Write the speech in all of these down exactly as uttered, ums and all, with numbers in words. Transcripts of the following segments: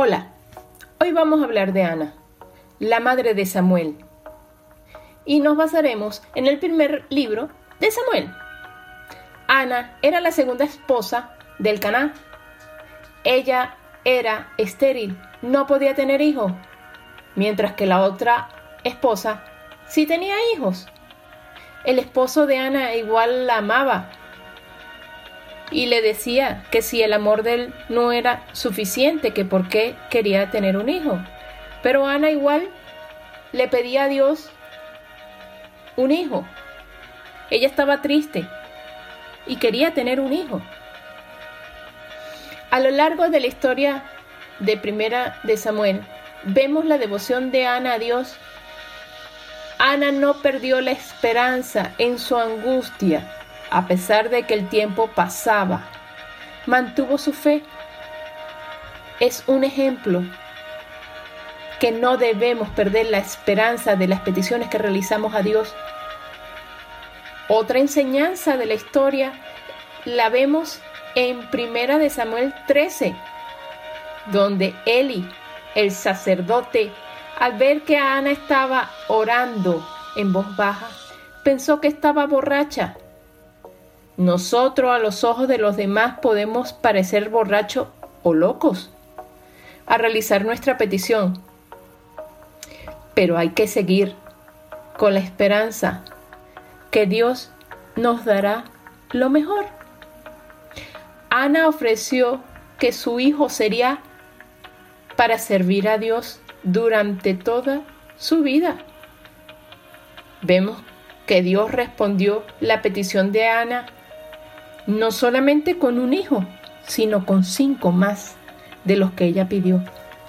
Hola, hoy vamos a hablar de Ana, la madre de Samuel, y nos basaremos en el primer libro de Samuel. Ana era la segunda esposa del Caná. Ella era estéril, no podía tener hijos, mientras que la otra esposa sí tenía hijos. El esposo de Ana igual la amaba y le decía que si el amor de él no era suficiente, que por qué quería tener un hijo. Pero Ana igual le pedía a Dios un hijo. Ella estaba triste y quería tener un hijo. A lo largo de la historia de Primera de Samuel, vemos la devoción de Ana a Dios. Ana no perdió la esperanza en su angustia, a pesar de que el tiempo pasaba. Mantuvo su fe. Es un ejemplo que no debemos perder la esperanza de las peticiones que realizamos a Dios. Otra enseñanza de la historia la vemos en Primera de Samuel trece, donde Eli, el sacerdote, al ver que Ana estaba orando en voz baja, pensó que estaba borracha. Nosotros a los ojos de los demás podemos parecer borrachos o locos a realizar nuestra petición, pero hay que seguir con la esperanza que Dios nos dará lo mejor. Ana ofreció que su hijo sería para servir a Dios durante toda su vida. Vemos que Dios respondió la petición de Ana no solamente con un hijo, sino con cinco más de los que ella pidió.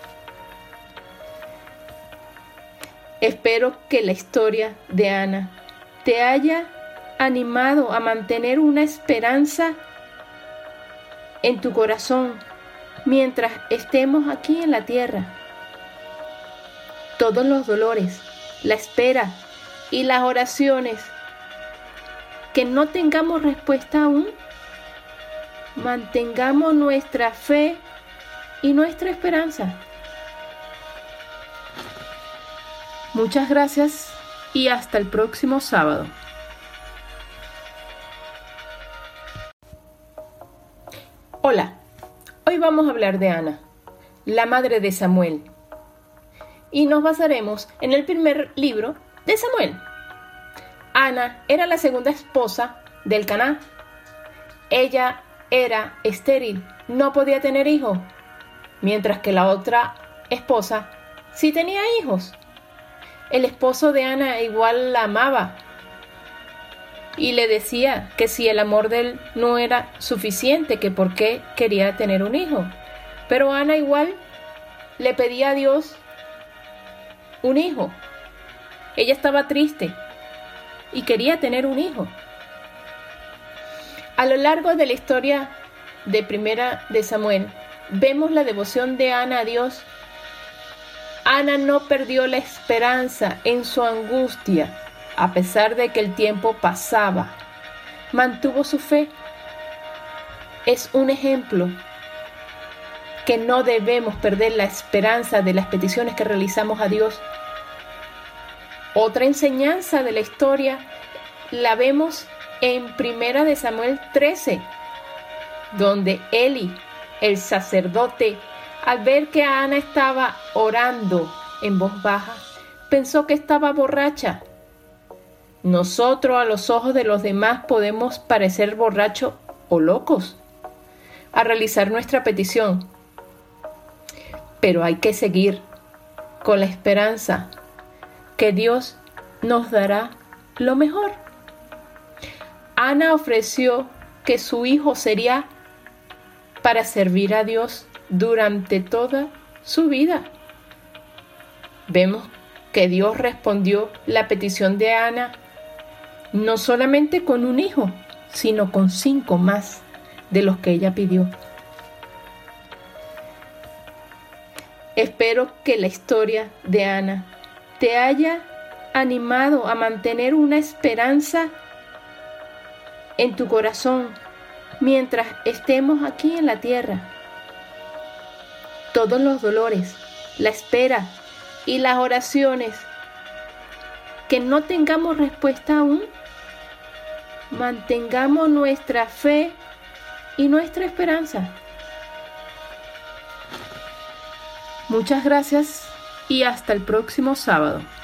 Espero que la historia de Ana te haya animado a mantener una esperanza en tu corazón mientras estemos aquí en la tierra. Todos los dolores, la espera y las oraciones que no tengamos respuesta aún, mantengamos nuestra fe y nuestra esperanza. Muchas gracias y hasta el próximo sábado. Hola, hoy vamos a hablar de Ana, la madre de Samuel, y nos basaremos en el primer libro de Samuel. Ana era la segunda esposa del Caná. Ella era estéril, no podía tener hijos, mientras que la otra esposa sí tenía hijos. El esposo de Ana igual la amaba y le decía que si el amor de él no era suficiente, que por qué quería tener un hijo. Pero Ana igual le pedía a Dios un hijo. Ella estaba triste y quería tener un hijo. A lo largo de la historia de Primera de Samuel, vemos la devoción de Ana a Dios. Ana no perdió la esperanza en su angustia, a pesar de que el tiempo pasaba. Mantuvo su fe. Es un ejemplo que no debemos perder la esperanza de las peticiones que realizamos a Dios. Otra enseñanza de la historia la vemos en Primera de Samuel trece, donde Eli, el sacerdote, al ver que Ana estaba orando en voz baja, pensó que estaba borracha. Nosotros a los ojos de los demás podemos parecer borrachos o locos a realizar nuestra petición, pero hay que seguir con la esperanza que Dios nos dará lo mejor. Ana ofreció que su hijo sería para servir a Dios durante toda su vida. Vemos que Dios respondió la petición de Ana no solamente con un hijo, sino con cinco más de los que ella pidió. Espero que la historia de Ana te haya animado a mantener una esperanza en tu corazón mientras estemos aquí en la tierra. todos los dolores, la espera y las oraciones que no tengamos respuesta aún, mantengamos nuestra fe y nuestra esperanza. Muchas gracias y hasta el próximo sábado.